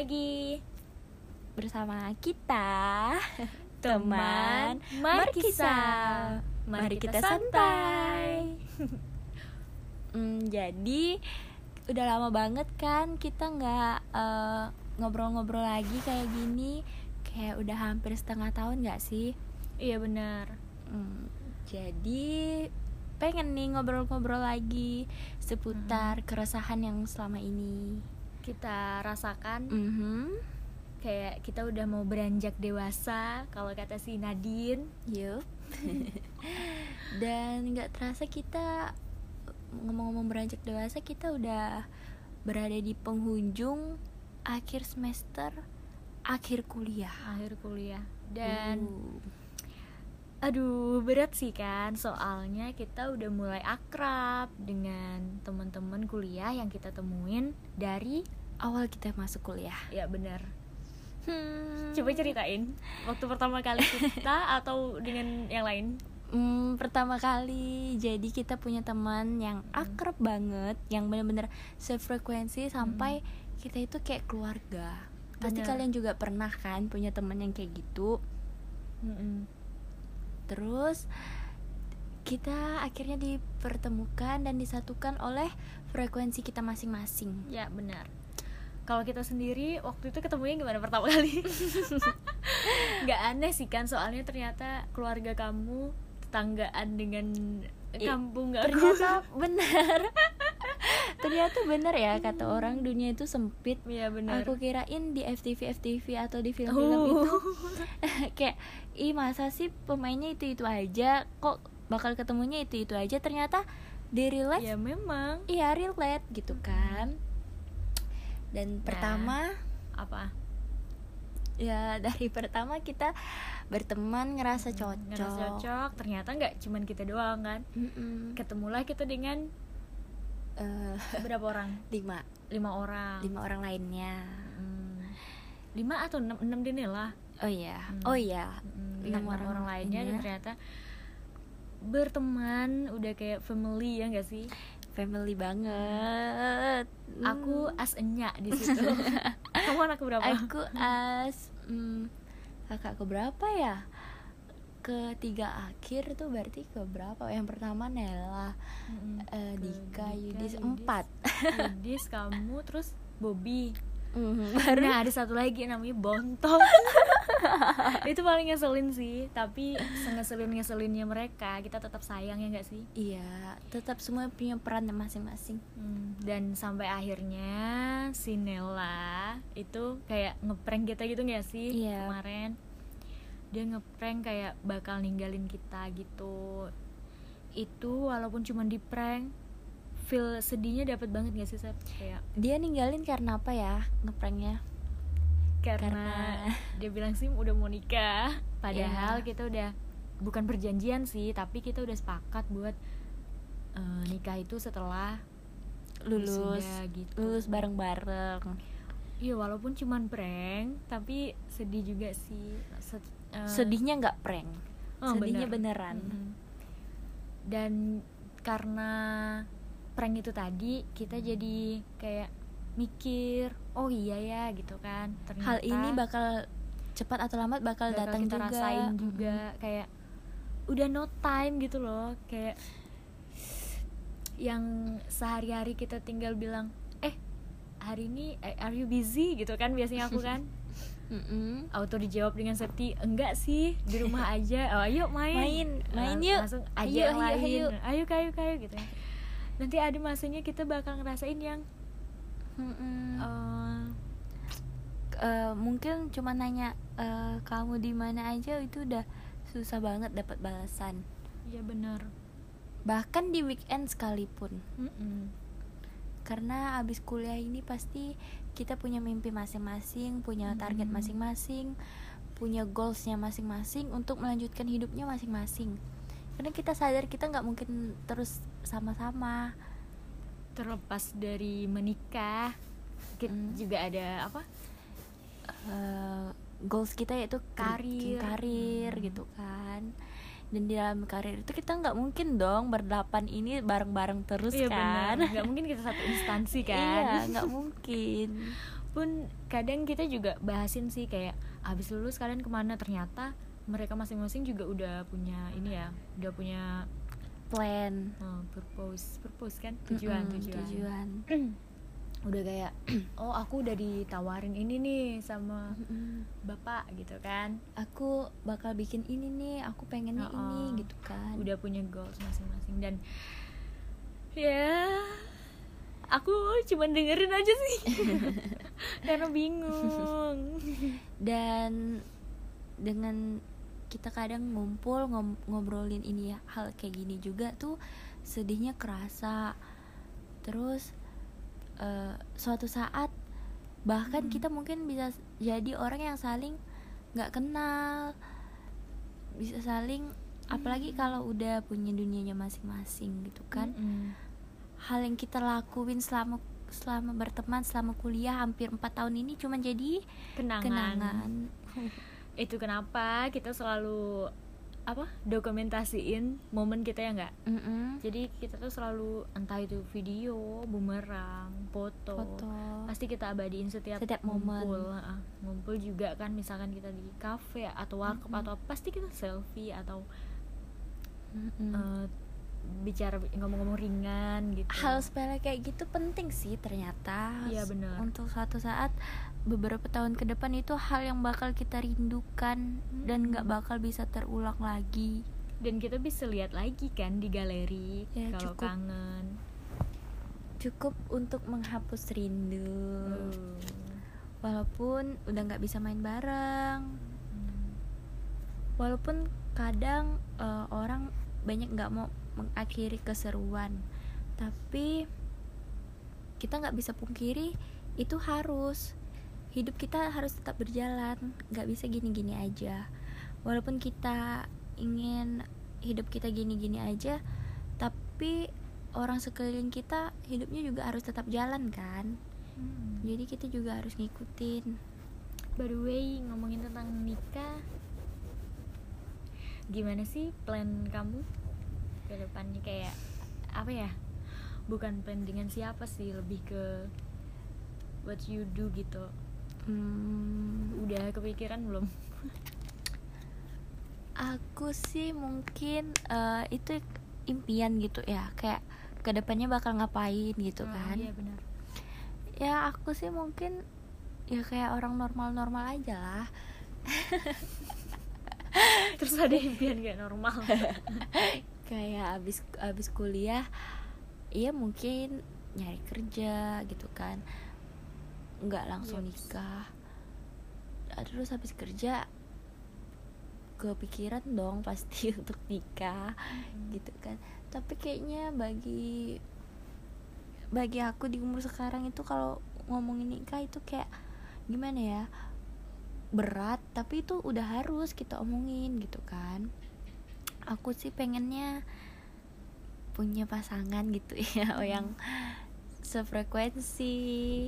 lagi bersama kita teman Markisa. Mari kita santai. Jadi udah lama banget kan kita nggak ngobrol-ngobrol lagi kayak gini. Kayak udah hampir setengah tahun nggak sih? Iya benar. Jadi pengen nih ngobrol-ngobrol lagi seputar keresahan yang selama ini Kita rasakan kayak kita udah mau beranjak dewasa, kalau kata si Nadine. Yup. Dan nggak terasa kita ngomong-ngomong beranjak dewasa, kita udah berada di penghujung akhir semester, akhir kuliah. Dan aduh, berat sih kan, soalnya kita udah mulai akrab dengan teman-teman kuliah yang kita temuin dari awal kita masuk kuliah. ya benar. Coba ceritain waktu pertama kali kita atau dengan yang lain. Pertama kali, jadi kita punya teman yang akrab banget, yang benar-benar sefrekuensi sampai kita itu kayak keluarga. Pasti kalian juga pernah kan punya teman yang kayak gitu. Terus kita akhirnya dipertemukan dan disatukan oleh frekuensi kita masing-masing. Ya benar. Kalau kita sendiri waktu itu ketemunya gimana pertama kali? Gak aneh sih kan, soalnya ternyata keluarga kamu tetanggaan dengan kampung aku. Ternyata benar. Ternyata benar ya kata orang, dunia itu sempit. Iya benar. Aku kirain di FTV atau di film-film itu kayak masa sih pemainnya itu aja, kok bakal ketemunya itu aja. Ternyata di real life ya memang relate gitu kan. Dan pertama apa? Ya dari pertama kita berteman ngerasa cocok. Ternyata nggak cuman kita doang kan. Ketemulah kita dengan berapa orang? 5 orang lainnya. 5 atau 6 Denela. Oh iya. 6 orang lainnya. Dan ternyata berteman udah kayak family, ya nggak sih? Family banget. Aku as enyak di situ. Kamu anak berapa? Aku as kakakku berapa ya? Ketiga akhir tuh berarti ke berapa? Yang pertama Nela, Dika, Yudis 4. Yudis, kamu, terus Bobby. Baru Nah ada satu lagi namanya Bontot. Itu paling ngeselin sih, tapi ngeselinnya mereka kita tetap sayang, ya nggak sih? Iya, tetap semua punya peran masing-masing. Dan sampai akhirnya si Nela itu kayak ngeprank kita gitu nggak sih? Iya. Kemarin dia ngeprank kayak bakal ninggalin kita gitu. Itu walaupun cuma di prank, feel sedihnya dapat banget gak sih, Sep? Kayak dia ninggalin karena apa ya ngepranknya? Karena dia bilang sih udah mau nikah. Padahal kita udah bukan perjanjian sih, tapi kita udah sepakat buat nikah itu setelah lulus gitu. Lulus bareng-bareng. Iya, walaupun cuman prank, tapi sedih juga sih. Sedihnya nggak prank, sedihnya beneran. Dan karena prank itu tadi, kita jadi kayak mikir, oh iya ya gitu kan. Ternyata hal ini bakal cepat atau lambat bakal datang kita juga. Rasain juga kayak udah no time gitu loh. Kayak yang sehari-hari kita tinggal bilang, hari ini are you busy gitu kan biasanya aku kan. Auto dijawab dengan Septi, enggak sih, di rumah aja. Oh, ayo main yuk. Langsung aja lain. Ayo gitu. Nanti ada masanya kita bakal ngerasain yang mungkin cuma nanya kamu di mana aja, itu udah susah banget dapat balasan. Iya benar. Bahkan di weekend sekalipun. Karena abis kuliah ini pasti kita punya mimpi masing-masing, punya target masing-masing, punya goalsnya masing-masing untuk melanjutkan hidupnya masing-masing. Karena kita sadar kita nggak mungkin terus sama-sama. Terlepas dari menikah, kita juga ada apa? Goals kita yaitu karir gitu kan. Dan di dalam karir itu kita nggak mungkin dong berdelapan ini bareng-bareng terus, iya, kan? Nggak mungkin kita satu instansi kan? Iya, nggak mungkin. pun kadang kita juga bahasin sih kayak abis lulus kalian kemana, ternyata mereka masing-masing juga udah punya ini ya, udah punya plan, purpose kan, tujuan udah kayak oh aku udah ditawarin ini nih sama bapak gitu kan, aku bakal bikin ini nih, aku pengennya ini gitu kan, udah punya goals masing-masing. Dan ya aku cuman dengerin aja sih karena bingung. Dan dengan kita kadang ngumpul ngobrolin ini ya, hal kayak gini juga tuh sedihnya kerasa. Terus suatu saat bahkan kita mungkin bisa jadi orang yang saling nggak kenal, bisa saling apalagi kalau udah punya dunianya masing-masing gitu kan. Hal yang kita lakuin selama berteman, selama kuliah hampir 4 tahun ini cuma jadi kenangan. Itu kenapa kita selalu dokumentasiin momen kita ya nggak? Jadi kita tuh selalu entah itu video, bumerang, foto. Pasti kita abadiin setiap momen. Ngumpul juga kan, misalkan kita di kafe atau warkop atau pasti kita selfie atau bicara ngomong-ngomong ringan gitu. Hal sepele kayak gitu penting sih ternyata. Iya benar. Untuk suatu saat beberapa tahun ke depan itu hal yang bakal kita rindukan dan nggak bakal bisa terulang lagi. Dan kita bisa lihat lagi kan di galeri ya, kalau kangen. Cukup untuk menghapus rindu. Walaupun udah nggak bisa main bareng. Walaupun kadang orang banyak nggak mau mengakhiri keseruan, tapi kita nggak bisa pungkiri itu harus, hidup kita harus tetap berjalan, nggak bisa gini-gini aja. Walaupun kita ingin hidup kita gini-gini aja, tapi orang sekeliling kita hidupnya juga harus tetap jalan kan. Jadi kita juga harus ngikutin. By the way, ngomongin tentang nikah, gimana sih plan kamu ke depannya, kayak apa ya, bukan plan dengan siapa sih, lebih ke what you do gitu. Udah kepikiran belum? Aku sih mungkin itu impian gitu ya, kayak kedepannya bakal ngapain gitu kan. Iya benar. Ya aku sih mungkin ya kayak orang normal-normal aja lah. Terus ada impian kayak normal. Kayak abis kuliah, iya mungkin nyari kerja gitu kan, nggak langsung nikah. Terus habis kerja kepikiran dong pasti untuk nikah gitu kan. Tapi kayaknya bagi aku di umur sekarang itu kalau ngomongin nikah itu kayak gimana ya, berat, tapi itu udah harus kita omongin gitu kan. Aku sih pengennya punya pasangan gitu ya, yang sefrekuensi.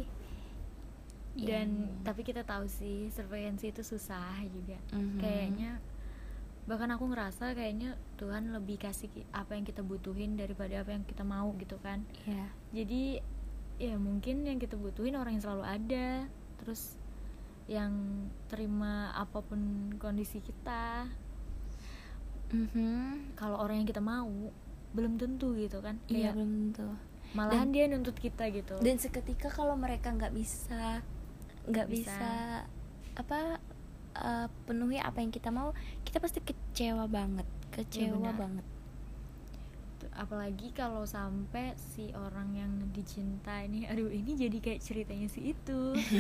Dan tapi kita tahu sih sefrekuensi itu susah juga. Kayaknya bahkan aku ngerasa kayaknya Tuhan lebih kasih apa yang kita butuhin daripada apa yang kita mau gitu kan. Jadi ya mungkin yang kita butuhin orang yang selalu ada, terus yang terima apapun kondisi kita. Kalau orang yang kita mau belum tentu gitu kan. Iya, belum tentu. Malahan dia nuntut kita gitu. Dan seketika kalau mereka nggak bisa penuhi apa yang kita mau, kita pasti kecewa banget. Apalagi kalau sampai si orang yang dicintai nih, aduh ini jadi kayak ceritanya si itu.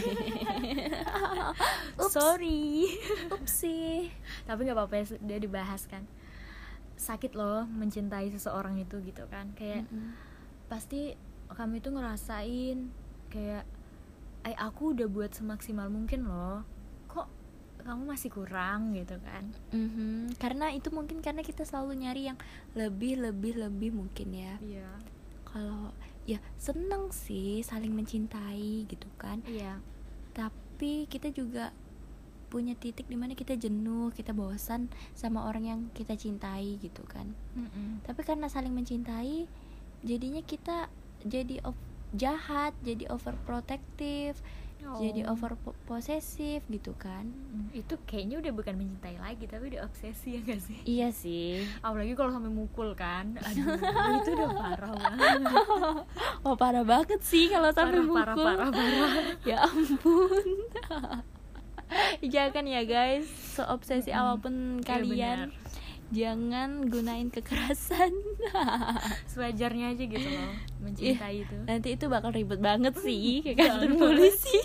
Sorry. Upsi. Tapi nggak apa-apa ya, dia dibahas kan. Sakit loh mencintai seseorang itu gitu kan. Kayak pasti kamu itu ngerasain kayak aku udah buat semaksimal mungkin loh, kok kamu masih kurang gitu kan. Karena itu mungkin karena kita selalu nyari yang lebih mungkin ya. Iya. Kalau ya seneng sih saling mencintai gitu kan. Iya. Tapi kita juga punya titik dimana kita jenuh, kita bosan sama orang yang kita cintai gitu kan. Tapi karena saling mencintai, jadinya kita jadi jahat, jadi overprotective, jadi over posesif gitu kan. Itu kayaknya udah bukan mencintai lagi tapi udah obsesi ya gak sih? Iya sih. Apalagi kalau sampai mukul kan, aduh itu udah parah banget. Wah parah banget sih kalau sampai mukul. Parah. Ya ampun. Jangan ya guys, seobsesi apapun kalian, jangan gunain kekerasan. Sewajarnya aja gitu loh mencintai itu. Nanti itu bakal ribet banget sih ke kantor polisi.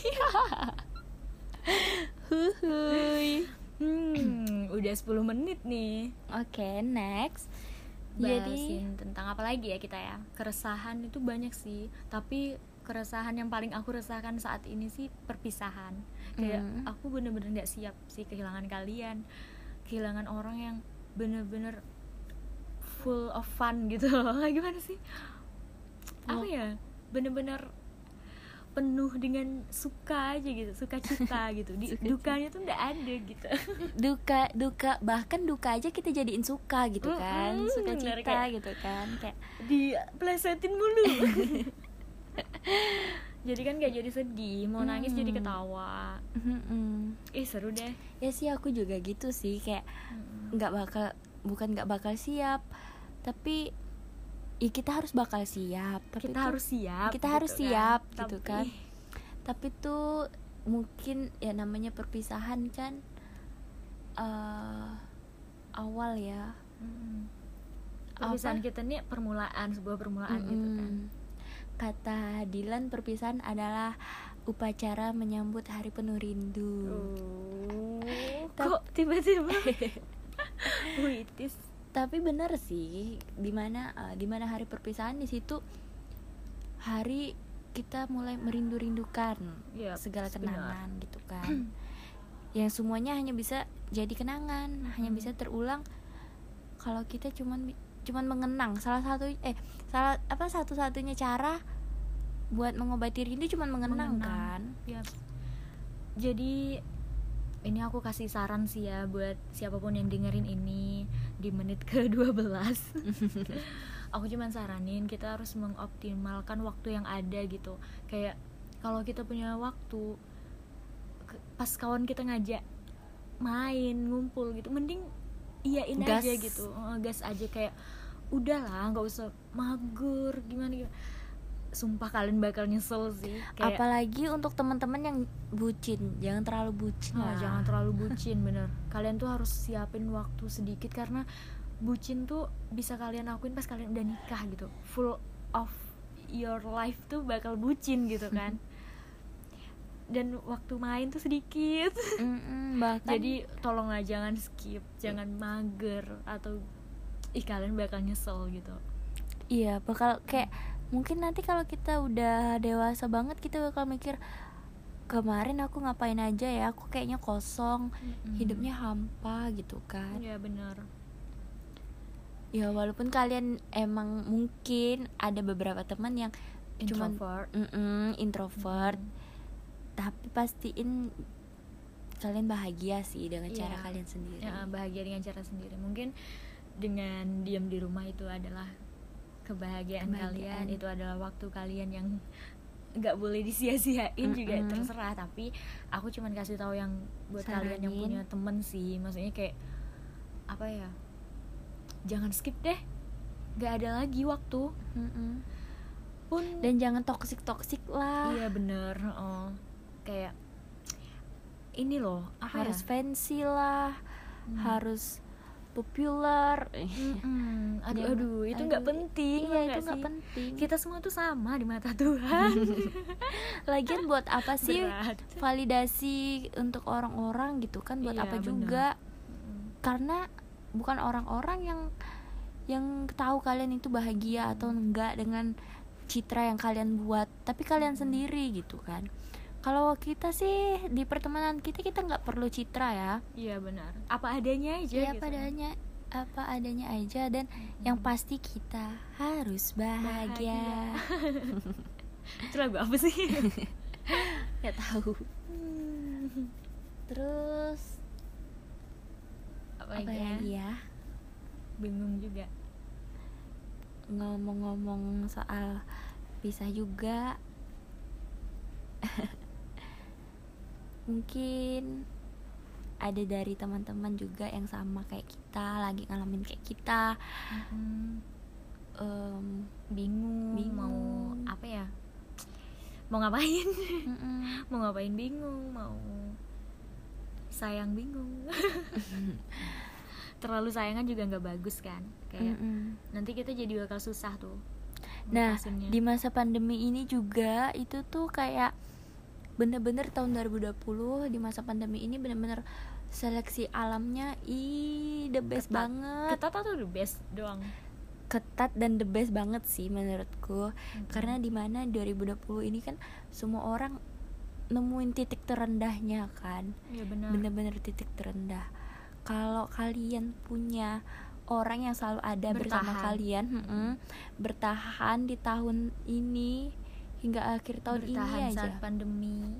Huhuy. Udah 10 menit nih. Oke, next. Bahasin tentang apa lagi ya kita ya? Keresahan itu banyak sih, tapi keresahan yang paling aku resahkan saat ini sih perpisahan. Kayak aku bener-bener gak siap sih kehilangan kalian, kehilangan orang yang bener-bener full of fun gitu loh. Gimana sih? Apa ya? Bener-bener penuh dengan suka aja gitu, sukacita gitu. Dukanya tuh nggak ada gitu. Duka bahkan duka aja kita jadiin suka gitu kan, sukacita gitu kan, kayak diplesetin mulu. Jadi kan gak jadi sedih, mau nangis jadi ketawa. Seru deh. Ya sih aku juga gitu sih, kayak bukan nggak bakal siap, tapi kita harus bakal siap. Tapi kita harus siap gitu kan. Tapi tuh mungkin ya namanya perpisahan kan awal ya. Perpisahan kita nih sebuah permulaan gitu kan. Kata Dilan, perpisahan adalah upacara menyambut hari penuh rindu. Kok tiba-tiba puitis. Tapi benar sih, dimana hari perpisahan, di situ hari kita mulai merindukan segala kenangan gitu kan. Yang semuanya hanya bisa jadi kenangan, hanya bisa terulang kalau kita cuman mengenang. Satu-satunya cara buat mengobati rindu cuman mengenang kan. Jadi ini aku kasih saran sih ya buat siapapun yang dengerin ini di menit ke-12. Aku cuman saranin kita harus mengoptimalkan waktu yang ada gitu. Kayak kalau kita punya waktu pas kawan kita ngajak main, ngumpul gitu, mending iyain aja gitu. Gas aja, kayak udahlah nggak usah mager gimana. Sumpah kalian bakal nyesel sih. Kayak, apalagi untuk teman-teman yang bucin, jangan terlalu bucin lah. Jangan terlalu bucin, bener. Kalian tuh harus siapin waktu sedikit, karena bucin tuh bisa kalian lakuin pas kalian udah nikah gitu. Full of your life tuh bakal bucin gitu kan. Dan waktu main tuh sedikit. Jadi tolonglah jangan skip, jangan mager, atau kalian bakal nyesel gitu. Iya, bakal kayak mungkin nanti kalau kita udah dewasa banget, kita bakal mikir, kemarin aku ngapain aja ya, aku kayaknya kosong, hidupnya hampa gitu kan. Iya benar. Ya walaupun kalian emang mungkin ada beberapa teman yang introvert, tapi pastiin kalian bahagia sih dengan cara kalian sendiri. Bahagia dengan cara sendiri. Mungkin dengan diam di rumah itu adalah kebahagiaan kalian, itu adalah waktu kalian yang nggak boleh disia-siain juga terserah. Tapi aku cuman kasih tahu yang buat kalian yang punya temen sih, maksudnya kayak apa ya, jangan skip deh, nggak ada lagi waktu. Dan jangan toksik lah. Iya bener. Kayak ini loh, harus fancy lah, harus populer. Aduh, itu nggak penting. Iya, itu nggak penting. Kita semua tuh sama di mata Tuhan. Lagian buat apa sih validasi untuk orang-orang gitu kan? Buat apa juga? Karena bukan orang-orang yang tahu kalian itu bahagia atau enggak dengan citra yang kalian buat, tapi kalian sendiri gitu kan. Kalau kita sih di pertemanan kita nggak perlu citra ya. Iya benar. Apa adanya aja. Iya, gitu. Apa adanya aja, dan yang pasti kita harus bahagia. Itu lagu apa sih? Nggak tahu. Terus apa lagi ya? Bingung juga. Ngomong-ngomong soal pisah juga. mungkin ada dari teman-teman juga yang sama kayak kita, lagi ngalamin kayak kita. Bingung mau apa ya, mau ngapain. Mau ngapain bingung, mau sayang bingung. Terlalu sayangan juga nggak bagus kan, kayak nanti kita jadi bakal susah tuh. Nah di masa pandemi ini juga itu tuh kayak bener-bener tahun 2020 di masa pandemi ini bener-bener seleksi alamnya the best banget. Ketat atau the best doang? Ketat dan the best banget sih menurutku. Karena dimana 2020 ini kan semua orang nemuin titik terendahnya kan. Iya benar. Bener-bener titik terendah. Kalau kalian punya orang yang selalu ada bersama kalian, bertahan di tahun ini hingga akhir tahun ini aja saat pandemi,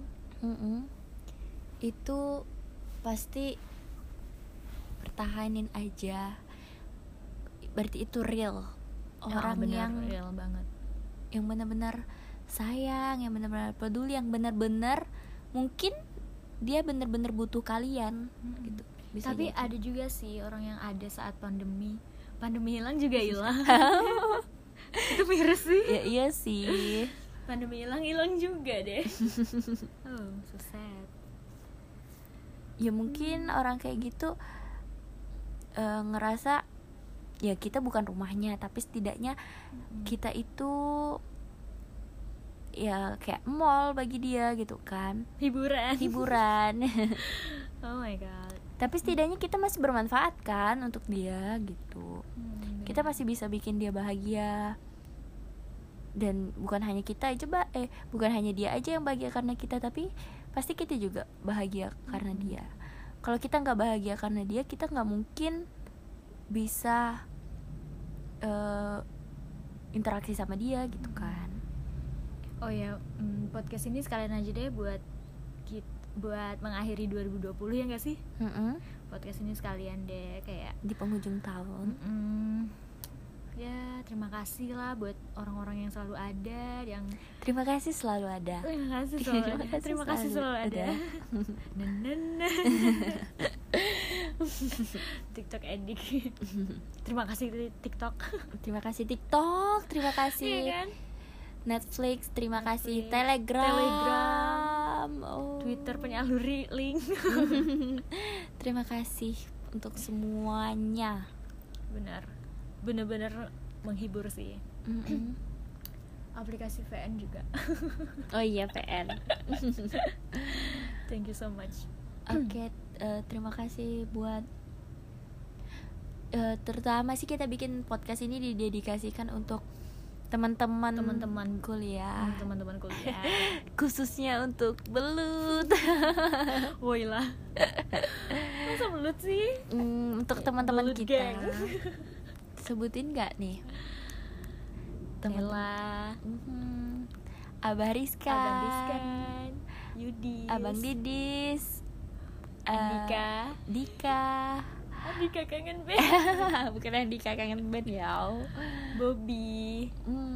itu pasti pertahanin aja. Berarti itu real orang yang real banget, yang benar-benar sayang, yang benar-benar peduli, yang benar-benar mungkin dia benar-benar butuh kalian gitu. Bisa tapi jadi. ada juga sih orang yang ada saat pandemi hilang juga hilang. Itu miris sih. Ya iya sih. Pandemi hilang juga deh. Oh so sad. Ya mungkin orang kayak gitu ngerasa ya kita bukan rumahnya, tapi setidaknya kita itu ya kayak mall bagi dia gitu kan, hiburan. Oh my god. Tapi setidaknya kita masih bermanfaat kan untuk dia gitu. Kita masih bisa bikin dia bahagia. Dan bukan hanya kita aja bukan hanya dia aja yang bahagia karena kita, tapi pasti kita juga bahagia karena dia. Kalau kita nggak bahagia karena dia, kita nggak mungkin bisa interaksi sama dia gitu kan. Oh ya, podcast ini sekalian aja deh buat mengakhiri 2020 ya nggak sih? Podcast ini sekalian deh kayak di penghujung tahun. Ya terima kasih lah buat orang-orang yang selalu ada, yang terima kasih selalu ada. Terima kasih selalu ada. TikTok edik. Terima kasih TikTok. Terima kasih TikTok. Terima kasih iya kan? Netflix. Terima kasih Telegram. Twitter penyaluri link. Terima kasih untuk semuanya. Bener-bener menghibur sih. Aplikasi VN juga. Oh iya VN. Thank you so much. Oke, terima kasih buat terutama sih kita bikin podcast ini didedikasikan untuk teman-teman kuliah. Teman-teman kuliah. Khususnya untuk belut. Woilah. Masa belut sih? Untuk teman-teman belut kita. Gang. Sebutin nggak nih? Nela, Abah Rizkan, Yudi, Abang Didis, Dika kangen band. Bukan Andika kangen band ya. Bobby.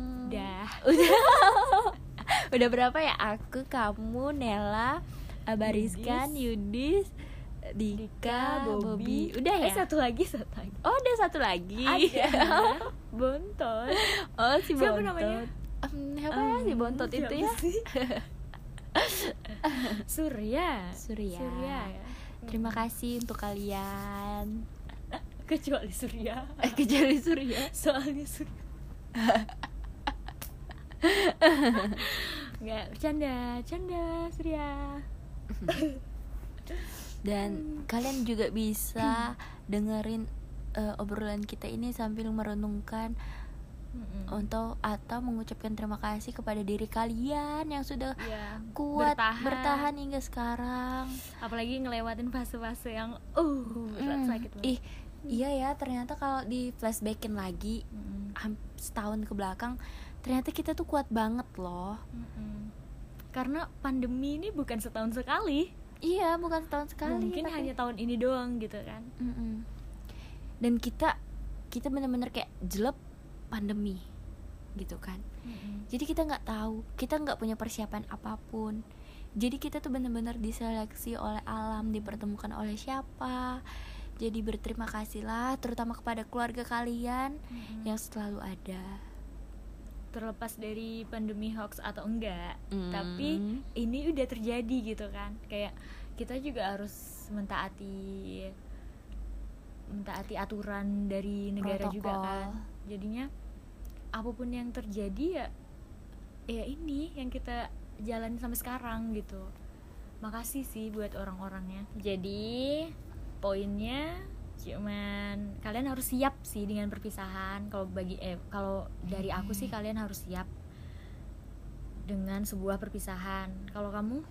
Udah berapa ya? Aku, kamu, Nela, Abah Rizkan, Yudis, Dika, Bobby. Udah ya? Satu lagi. Oh, ada satu lagi. Ada. Bontot. Oh, si siapa Bontot. Namanya? Siapa ya si Bontot itu ya? Surya. Ya. Terima kasih untuk kalian. Kecuali Surya. Soalnya Surya. Enggak, canda Surya. Dan kalian juga bisa dengerin obrolan kita ini sambil merenungkan atau mengucapkan terima kasih kepada diri kalian yang sudah kuat bertahan hingga sekarang. Apalagi ngelewatin fase-fase yang sakit banget. Iya ya, ternyata kalau di flashbackin lagi setahun ke belakang, ternyata kita tuh kuat banget loh. Karena pandemi ini bukan setahun sekali. Iya, bukan setahun sekali. Mungkin hanya tahun ini doang gitu kan. Dan kita benar-benar kayak jelek pandemi gitu kan. Jadi kita nggak tahu, kita nggak punya persiapan apapun, Jadi kita tuh benar-benar diseleksi oleh alam, dipertemukan oleh siapa. Jadi berterima kasihlah terutama kepada keluarga kalian yang selalu ada. Terlepas dari pandemi hoax atau enggak, tapi ini udah terjadi gitu kan. Kayak kita juga harus mentaati aturan dari negara protokol juga kan. Jadinya apapun yang terjadi ya ini yang kita jalani sampai sekarang gitu. Makasih sih buat orang-orangnya. Jadi poinnya cuman kalian harus siap sih dengan perpisahan. Kalau dari aku sih kalian harus siap dengan sebuah perpisahan. Kalau kamu?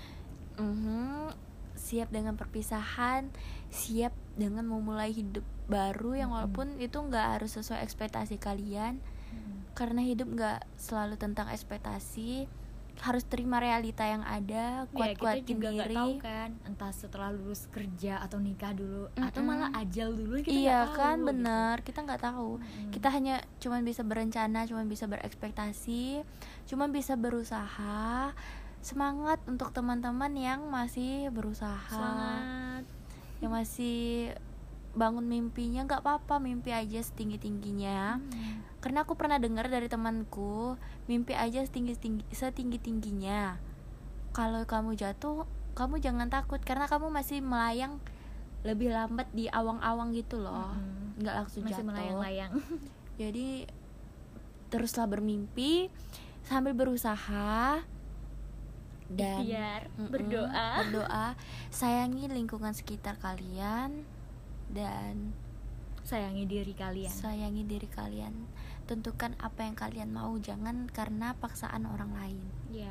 Siap dengan perpisahan, siap dengan memulai hidup baru yang walaupun itu nggak harus sesuai ekspektasi kalian. Karena hidup nggak selalu tentang ekspektasi, harus terima realita yang ada, kuat-kuatin diri. Kita juga nggak tahu kan, entah setelah lulus kerja atau nikah dulu, atau malah ajal dulu, kita iya nggak tahu. Kan bener gitu. Kita nggak tahu. Kita hanya cuman bisa berencana, cuman bisa berekspektasi, cuman bisa berusaha. Semangat untuk teman-teman yang masih berusaha. Semangat. Yang masih bangun mimpinya, nggak apa-apa, mimpi aja setinggi-tingginya. Karena aku pernah dengar dari temanku, mimpi aja setinggi-tingginya. Kalau kamu jatuh, kamu jangan takut karena kamu masih melayang lebih lambat di awang-awang gitu loh. Nggak langsung masih jatuh. melayang-layang. Jadi teruslah bermimpi sambil berusaha dan berdoa. Sayangi lingkungan sekitar kalian dan sayangi diri kalian. Tentukan apa yang kalian mau, jangan karena paksaan orang lain. Ya.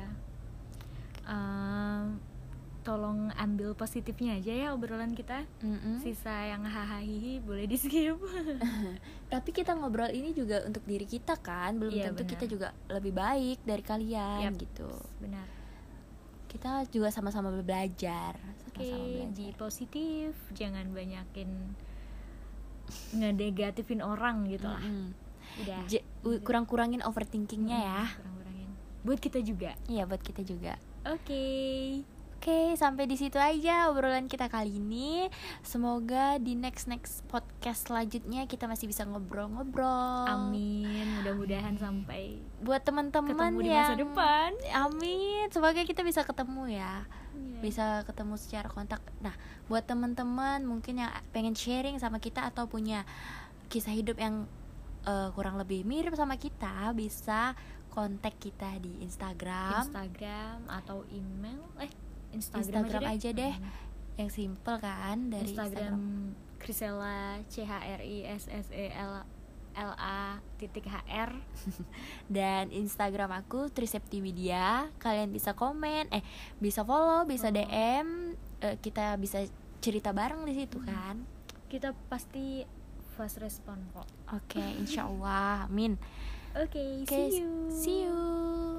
Tolong ambil positifnya aja ya obrolan kita. Sisa yang hahaha boleh di skip. Tapi kita ngobrol ini juga untuk diri kita kan, belum tentu benar. Kita juga lebih baik dari kalian gitu. Benar. Kita juga sama-sama belajar. Be positif, jangan banyakin ngenegatifin orang gitu lah. Udah. Kurang-kurangin overthinkingnya ya. Kurang-kurangin. Buat kita juga. Iya, buat kita juga. Oke, sampai di situ aja obrolan kita kali ini. Semoga di next podcast selanjutnya kita masih bisa ngobrol-ngobrol. Amin. Mudah-mudahan sampai buat teman-teman ketemu di masa depan. Amin. Semoga kita bisa ketemu ya. Bisa ketemu secara kontak. Nah, buat teman-teman mungkin yang pengen sharing sama kita atau punya kisah hidup yang kurang lebih mirip sama kita, bisa kontak kita di Instagram atau email. Instagram aja deh. Yang simple kan, dari Instagram Chrisela CHRISSELLA.HR dan Instagram aku Triseptiwidya. Kalian bisa komen, bisa follow, bisa DM, kita bisa cerita bareng di situ kan. Kita pasti fast respon kok. Oke, insyaallah. Amin. Oke, see you.